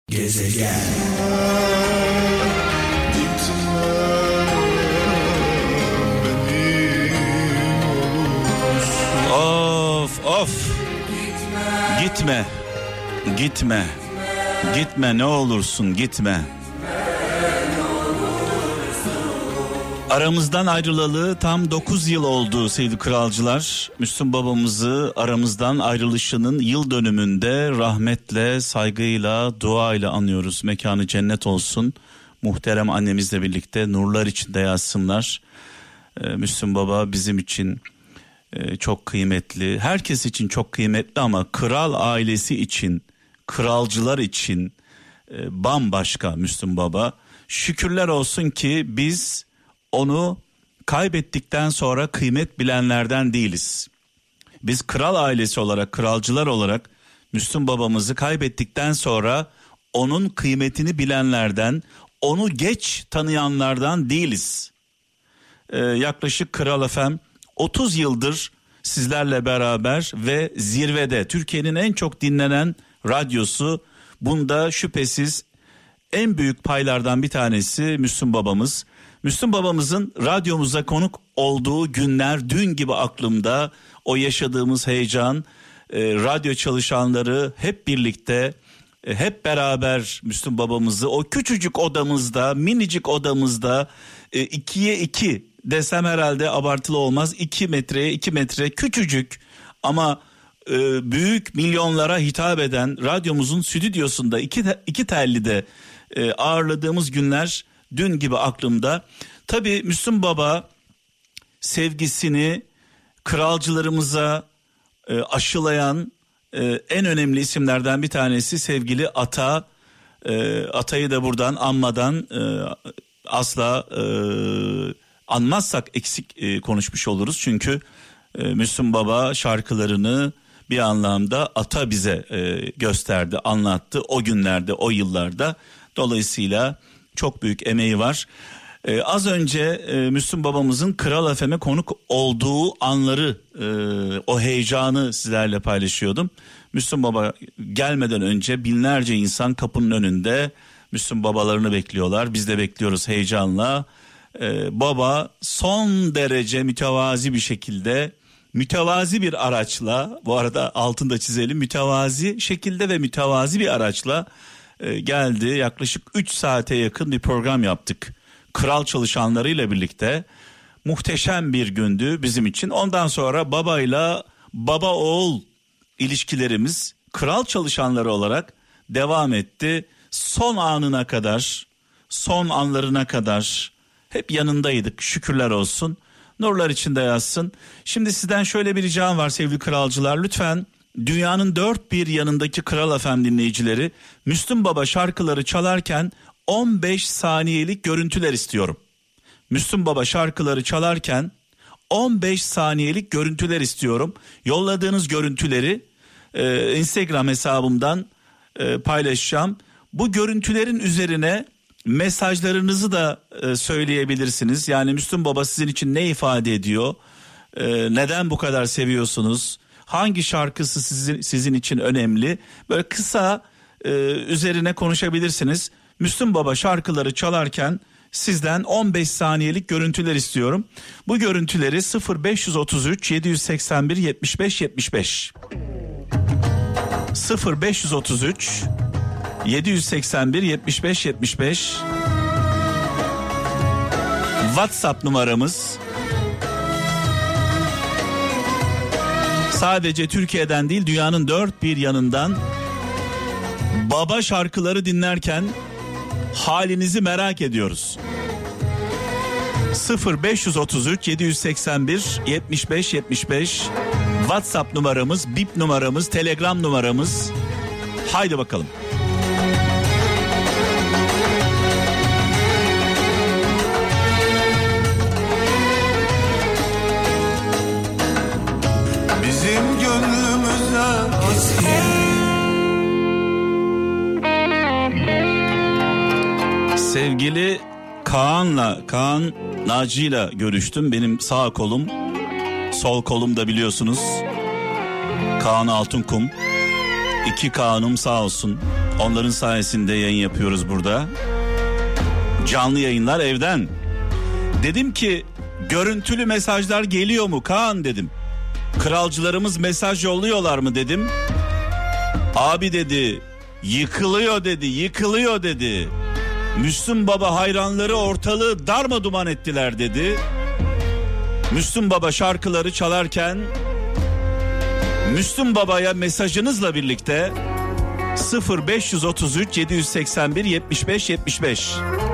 Gezegen. Of. Gitme ne olursun gitme. Aramızdan ayrılalı tam 9 yıl oldu sevgili kralcılar. Müslüm babamızı aramızdan ayrılışının yıl dönümünde rahmetle, saygıyla, duayla anıyoruz. Mekanı cennet olsun. Muhterem annemizle birlikte nurlar içinde yatsınlar. Müslüm baba bizim için çok kıymetli. Herkes için çok kıymetli ama kral ailesi için, kralcılar için bambaşka Müslüm baba. Şükürler olsun ki biz onu kaybettikten sonra kıymet bilenlerden değiliz. Biz kral ailesi olarak, kralcılar olarak Müslüm babamızı kaybettikten sonra onun kıymetini bilenlerden, onu geç tanıyanlardan değiliz. Yaklaşık Kral FM 30 yıldır sizlerle beraber ve zirvede, Türkiye'nin en çok dinlenen radyosu. Bunda şüphesiz en büyük paylardan bir tanesi Müslüm babamız. Müslüm babamızın radyomuza konuk olduğu günler dün gibi aklımda. O yaşadığımız heyecan, radyo çalışanları hep birlikte, hep beraber Müslüm babamızı o küçücük odamızda, minicik odamızda 2'ye 2 desem herhalde abartılı olmaz. 2 metreye 2 metre küçücük ama büyük milyonlara hitap eden radyomuzun stüdyosunda iki tellide ağırladığımız günler dün gibi aklımda. Tabii Müslüm baba sevgisini kralcılarımıza aşılayan en önemli isimlerden bir tanesi sevgili Ata. Atayı da buradan anmadan asla anmazsak eksik konuşmuş oluruz. Çünkü Müslüm baba şarkılarını bir anlamda Ata bize gösterdi, anlattı o günlerde, o yıllarda. Dolayısıyla çok büyük emeği var. Az önce Müslüm babamızın Kral FM'e konuk olduğu anları, o heyecanı sizlerle paylaşıyordum. Müslüm baba gelmeden önce binlerce insan kapının önünde Müslüm babalarını bekliyorlar. Biz de bekliyoruz heyecanla. Baba son derece mütevazi bir şekilde, mütevazi bir araçla, bu arada altını da çizelim, mütevazi şekilde ve mütevazi bir araçla geldi. Yaklaşık 3 saate yakın bir program yaptık. Kral çalışanlarıyla birlikte. Muhteşem bir gündü bizim için. Ondan sonra babayla baba oğul ilişkilerimiz kral çalışanları olarak devam etti. Son anına kadar, son anlarına kadar hep yanındaydık. Şükürler olsun. Nurlar içinde yatsın. Şimdi sizden şöyle bir ricam var sevgili kralcılar. Lütfen dünyanın dört bir yanındaki Kral FM dinleyicileri Müslüm baba şarkıları çalarken 15 saniyelik görüntüler istiyorum. Müslüm baba şarkıları çalarken 15 saniyelik görüntüler istiyorum. Yolladığınız görüntüleri Instagram hesabımdan paylaşacağım. Bu görüntülerin üzerine mesajlarınızı da söyleyebilirsiniz. Yani Müslüm baba sizin için ne ifade ediyor? Neden bu kadar seviyorsunuz? Hangi şarkısı sizin için önemli? Böyle kısa üzerine konuşabilirsiniz. Müslüm baba şarkıları çalarken sizden 15 saniyelik görüntüler istiyorum. Bu görüntüleri 0533 781 75 75 0533 781 75 75 WhatsApp numaramız. Sadece Türkiye'den değil, dünyanın dört bir yanından baba şarkıları dinlerken halinizi merak ediyoruz. 0533 781 75 75 WhatsApp numaramız, bip numaramız, Telegram numaramız. Haydi bakalım. Bizim gönlümüze sevgili Kaan Naci'yle görüştüm. Benim sağ kolum, sol kolum da biliyorsunuz. Kaan Altunkum. 2 Kaan'ım sağ olsun. Onların sayesinde yayın yapıyoruz burada. Canlı yayınlar evden. Dedim ki görüntülü mesajlar geliyor mu Kaan dedim. Kralcılarımız mesaj yolluyorlar mı dedim. Abi dedi yıkılıyor dedi. Müslüm Baba hayranları ortalığı darmaduman ettiler dedi. Müslüm Baba şarkıları çalarken Müslüm Baba'ya mesajınızla birlikte 0533 781 75 75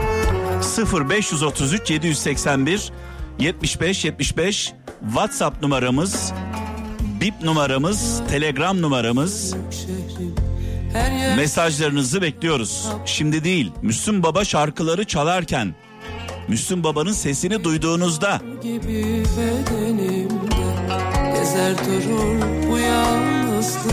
0533 781 75 75 WhatsApp numaramız, bip numaramız, Telegram numaramız. Mesajlarınızı bekliyoruz. Şimdi değil, Müslüm Baba şarkıları çalarken, Müslüm Baba'nın sesini duyduğunuzda. Gibi bedenimde gezer durur bu yalnızlık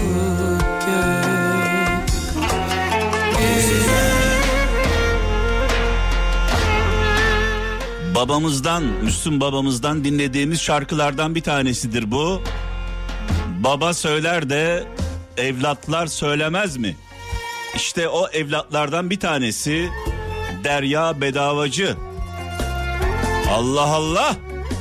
Babamızdan, Müslüm babamızdan dinlediğimiz şarkılardan bir tanesidir bu. Baba söyler de evlatlar söylemez mi? İşte o evlatlardan bir tanesi Derya Bedavacı. Allah Allah.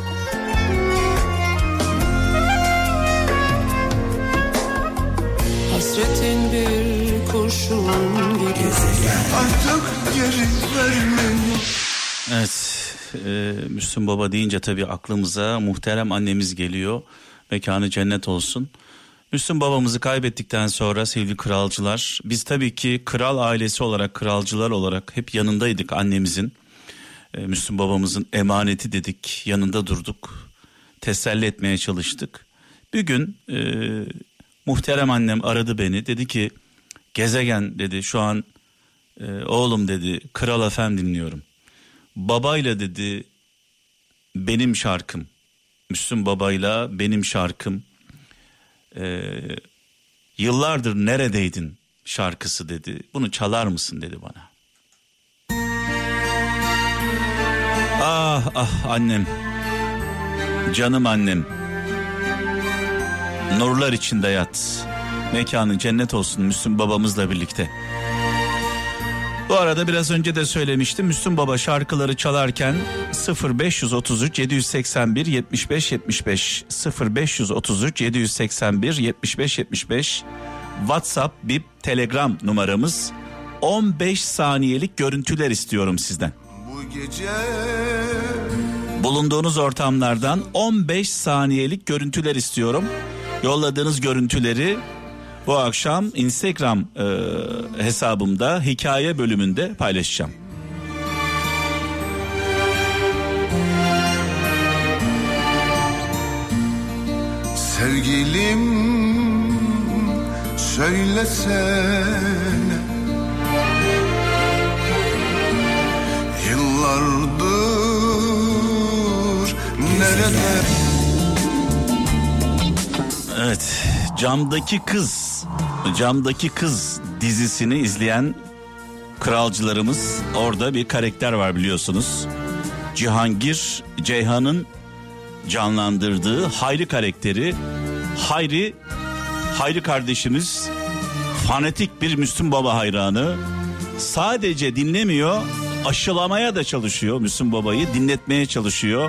Hasretin bir kurşun gibi Artık geri vermiyor. Evet, Müslüm Baba deyince tabii aklımıza muhterem annemiz geliyor. Mekanı cennet olsun. Müslüm babamızı kaybettikten sonra sevgili kralcılar, biz tabii ki kral ailesi olarak, kralcılar olarak hep yanındaydık annemizin. Müslüm babamızın emaneti dedik, yanında durduk, teselli etmeye çalıştık. Bir gün muhterem annem aradı beni, dedi ki Gezegen dedi, şu an oğlum dedi Kral FM dinliyorum. Babayla dedi benim şarkım, Müslüm babayla benim şarkım, yıllardır neredeydin şarkısı dedi, bunu çalar mısın dedi bana. Ah ah annem, canım annem, nurlar içinde yat, mekanın cennet olsun Müslüm babamızla birlikte. Bu arada biraz önce de söylemiştim, Müslüm Baba şarkıları çalarken 0533 781 75 75 0533 781 75 75 WhatsApp, bip, Telegram numaramız. 15 saniyelik görüntüler istiyorum sizden. Bu gece Bulunduğunuz ortamlardan 15 saniyelik görüntüler istiyorum. Yolladığınız görüntüleri bu akşam Instagram hesabımda hikaye bölümünde paylaşacağım. sevgilim söylesene, yıllardır nerede? Evet, Camdaki Kız dizisini izleyen kralcılarımız, orada bir karakter var biliyorsunuz. Cihangir Ceyhan'ın canlandırdığı Hayri karakteri. Hayri kardeşimiz fanatik bir Müslüm Baba hayranı. Sadece dinlemiyor, aşılamaya da çalışıyor, Müslüm Baba'yı dinletmeye çalışıyor.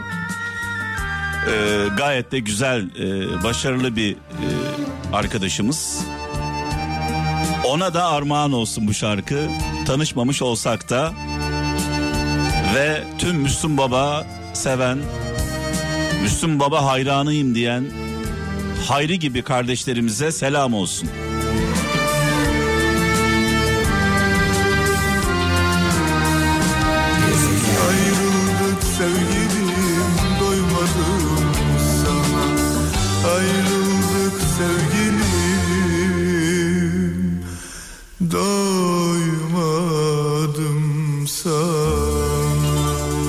Gayet de güzel, başarılı bir arkadaşımız. Ona da armağan olsun bu şarkı. Tanışmamış olsak da ve tüm Müslüm Baba seven, Müslüm Baba hayranıyım diyen Hayri gibi kardeşlerimize selam olsun. Ayrıldık sevgilim, doymadım sana. Ayrıldık sevgilim, doymadım sana.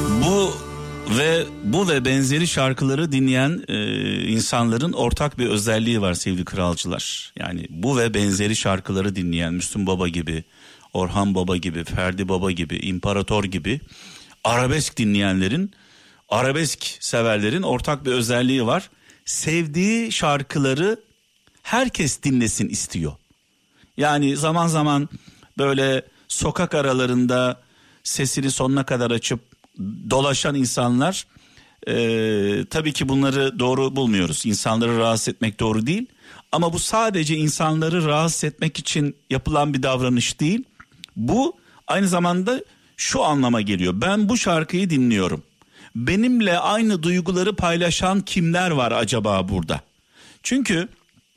Bu ve benzeri şarkıları dinleyen insanların ortak bir özelliği var sevgili kralcılar. Yani bu ve benzeri şarkıları dinleyen Müslüm Baba gibi, Orhan Baba gibi, Ferdi Baba gibi, İmparator gibi arabesk dinleyenlerin, arabesk severlerin ortak bir özelliği var. Sevdiği şarkıları herkes dinlesin istiyor. Yani zaman zaman böyle sokak aralarında sesini sonuna kadar açıp dolaşan insanlar, tabii ki bunları doğru bulmuyoruz. İnsanları rahatsız etmek doğru değil. Ama bu sadece insanları rahatsız etmek için yapılan bir davranış değil. Bu aynı zamanda şu anlama geliyor: ben bu şarkıyı dinliyorum. Benimle aynı duyguları paylaşan kimler var acaba burada? Çünkü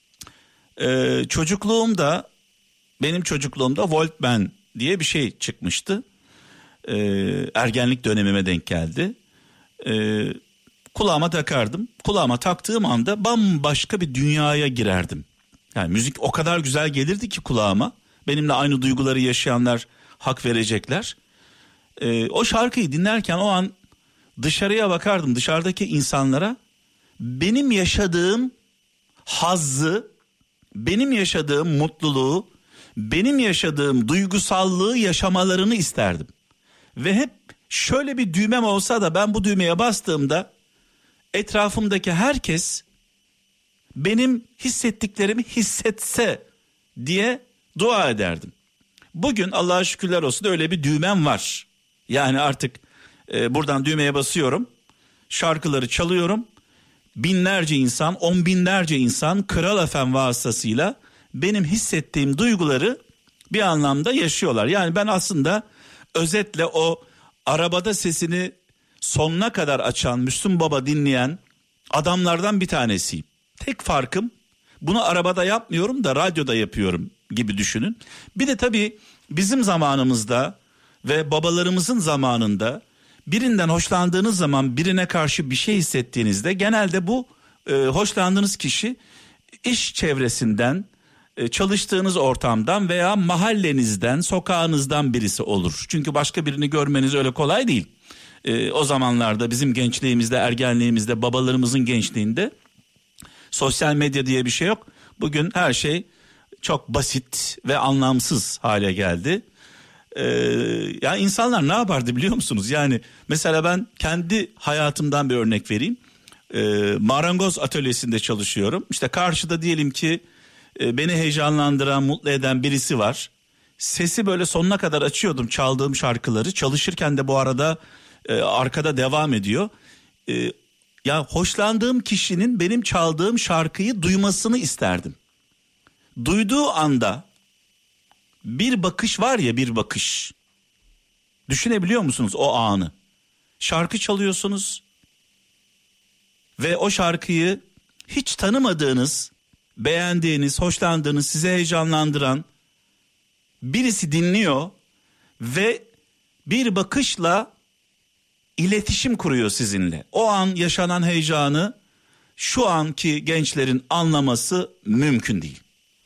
benim çocukluğumda Walkman diye bir şey çıkmıştı. Ergenlik dönemime denk geldi. Kulağıma takardım. Kulağıma taktığım anda bambaşka bir dünyaya girerdim. Yani müzik o kadar güzel gelirdi ki kulağıma. Benimle aynı duyguları yaşayanlar hak verecekler. O şarkıyı dinlerken o an dışarıya bakardım, dışarıdaki insanlara. Benim yaşadığım hazzı, benim yaşadığım mutluluğu, benim yaşadığım duygusallığı yaşamalarını isterdim. Ve hep şöyle bir düğmem olsa da ben bu düğmeye bastığımda etrafımdaki herkes benim hissettiklerimi hissetse diye dua ederdim. Bugün Allah'a şükürler olsun öyle bir düğmem var. Yani artık buradan düğmeye basıyorum, şarkıları çalıyorum. Binlerce insan, on binlerce insan Kral FM vasıtasıyla benim hissettiğim duyguları bir anlamda yaşıyorlar. Yani ben aslında özetle o arabada sesini sonuna kadar açan, Müslüm Baba dinleyen adamlardan bir tanesiyim. Tek farkım, bunu arabada yapmıyorum da radyoda yapıyorum gibi düşünün. Bir de tabii bizim zamanımızda ve babalarımızın zamanında birinden hoşlandığınız zaman, birine karşı bir şey hissettiğinizde genelde bu hoşlandığınız kişi iş çevresinden, çalıştığınız ortamdan veya mahallenizden, sokağınızdan birisi olur. Çünkü başka birini görmeniz öyle kolay değil. O zamanlarda bizim gençliğimizde, ergenliğimizde, babalarımızın gençliğinde sosyal medya diye bir şey yok. Bugün her şey çok basit ve anlamsız hale geldi. Ya insanlar ne yapardı biliyor musunuz? Yani mesela ben kendi hayatımdan bir örnek vereyim. Marangoz atölyesinde çalışıyorum. İşte karşıda diyelim ki beni heyecanlandıran, mutlu eden birisi var. Sesi böyle sonuna kadar açıyordum çaldığım şarkıları. Çalışırken de bu arada arkada devam ediyor. Ya hoşlandığım kişinin benim çaldığım şarkıyı duymasını isterdim. Duyduğu anda bir bakış var ya, bir bakış. Düşünebiliyor musunuz o anı? Şarkı çalıyorsunuz ve o şarkıyı hiç tanımadığınız, beğendiğiniz, hoşlandığınız, sizi heyecanlandıran birisi dinliyor ve bir bakışla iletişim kuruyor sizinle. O an yaşanan heyecanı şu anki gençlerin anlaması mümkün değil.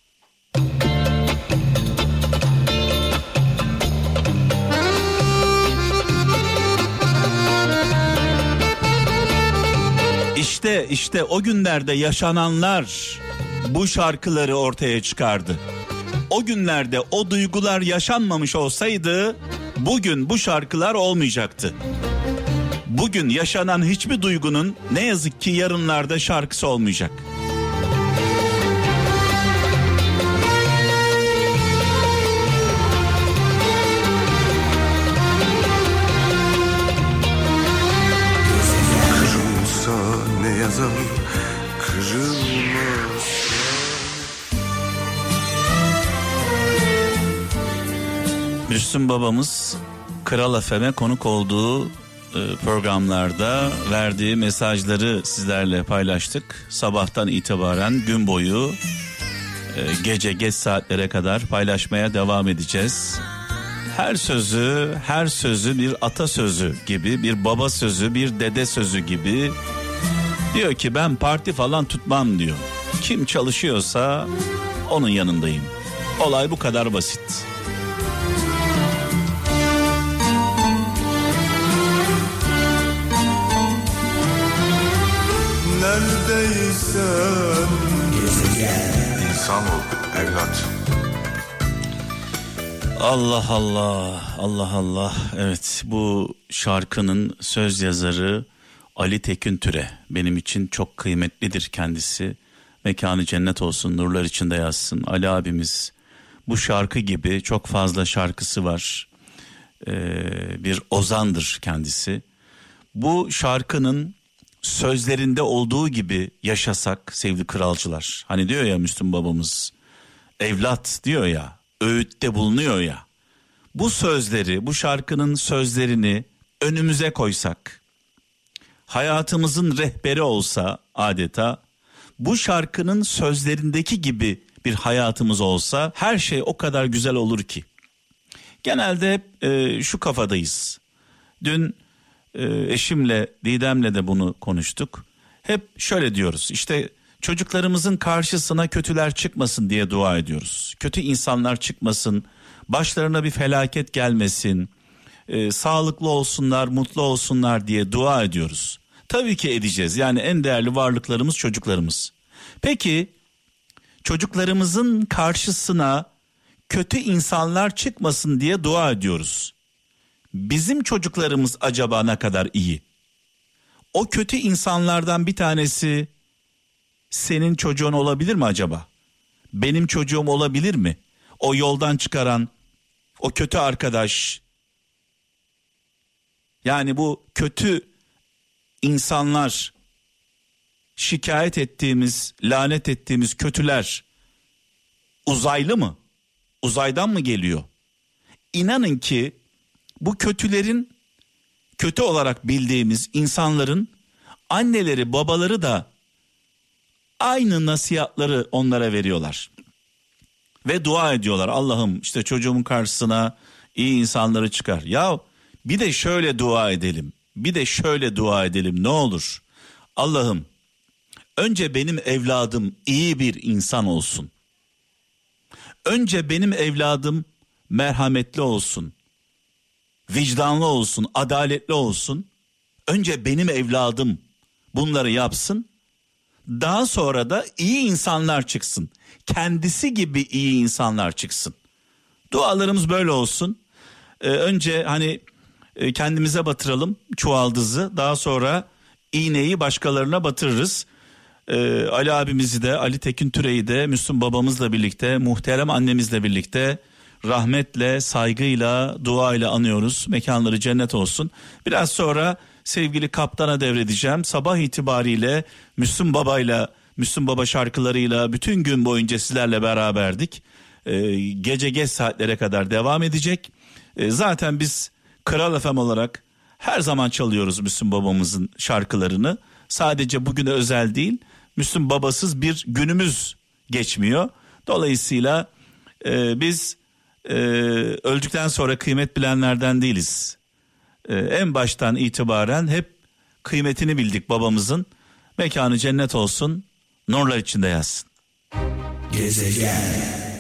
İşte o günlerde yaşananlar bu şarkıları ortaya çıkardı. O günlerde o duygular yaşanmamış olsaydı bugün bu şarkılar olmayacaktı. Bugün yaşanan hiçbir duygunun ne yazık ki yarınlarda şarkısı olmayacak. Kırılsa ne yazar, kırılmaz. Müslüm babamız Kral FM'e konuk olduğu programlarda verdiği mesajları sizlerle paylaştık. Sabahtan itibaren gün boyu gece geç saatlere kadar paylaşmaya devam edeceğiz. Her sözü bir atasözü gibi, bir baba sözü, bir dede sözü gibi. Diyor ki ben parti falan tutmam diyor. Kim çalışıyorsa onun yanındayım. Olay bu kadar basit. Neredeysen İnsan ol evlat. Allah Allah, Allah Allah. Evet, bu şarkının söz yazarı Ali Tekün Türe. Benim için çok kıymetlidir kendisi. Mekanı cennet olsun, nurlar içinde yatsın. Ali abimiz bu şarkı gibi çok fazla şarkısı var. Bir ozandır kendisi. Bu şarkının sözlerinde olduğu gibi yaşasak sevgili kralcılar. Hani diyor ya Müslüm babamız, evlat diyor ya, öğütte bulunuyor ya. Bu sözleri, bu şarkının sözlerini önümüze koysak, hayatımızın rehberi olsa adeta, bu şarkının sözlerindeki gibi bir hayatımız olsa her şey o kadar güzel olur ki. Genelde hep şu kafadayız. Dün eşimle, Didem'le de bunu konuştuk. Hep şöyle diyoruz, işte çocuklarımızın karşısına kötüler çıkmasın diye dua ediyoruz. Kötü insanlar çıkmasın, başlarına bir felaket gelmesin, sağlıklı olsunlar, mutlu olsunlar diye dua ediyoruz. Tabii ki edeceğiz, yani en değerli varlıklarımız çocuklarımız. Peki çocuklarımızın karşısına kötü insanlar çıkmasın diye dua ediyoruz. Bizim çocuklarımız acaba ne kadar iyi? O kötü insanlardan bir tanesi senin çocuğun olabilir mi acaba? Benim çocuğum olabilir mi? O yoldan çıkaran, o kötü arkadaş. Yani bu kötü insanlar, şikayet ettiğimiz, lanet ettiğimiz kötüler uzaylı mı? Uzaydan mı geliyor? İnanın ki bu kötülerin, kötü olarak bildiğimiz insanların anneleri, babaları da aynı nasihatları onlara veriyorlar. Ve dua ediyorlar. Allah'ım işte çocuğumun karşısına iyi insanları çıkar. Ya bir de şöyle dua edelim. Bir de şöyle dua edelim ne olur. Allah'ım önce benim evladım iyi bir insan olsun. Önce benim evladım merhametli olsun. Vicdanlı olsun, adaletli olsun. Önce benim evladım bunları yapsın. Daha sonra da iyi insanlar çıksın. Kendisi gibi iyi insanlar çıksın. Dualarımız böyle olsun. Önce hani kendimize batıralım çuvaldızı. Daha sonra iğneyi başkalarına batırırız. Ali abimizi de, Ali Tekin Türe'yi de Müslüm babamızla birlikte, muhterem annemizle birlikte rahmetle, saygıyla, duayla anıyoruz. Mekanları cennet olsun. Biraz sonra sevgili kaptana devredeceğim. Sabah itibariyle Müslüm babayla, Müslüm baba şarkılarıyla bütün gün boyunca sizlerle beraberdik. Gece geç saatlere kadar devam edecek. Zaten biz Kral FM olarak her zaman çalıyoruz Müslüm babamızın şarkılarını. Sadece bugüne özel değil, Müslüm babasız bir günümüz geçmiyor. Dolayısıyla biz öldükten sonra kıymet bilenlerden değiliz. En baştan itibaren hep kıymetini bildik babamızın. Mekanı cennet olsun, nurlar içinde yatsın. Gezegen.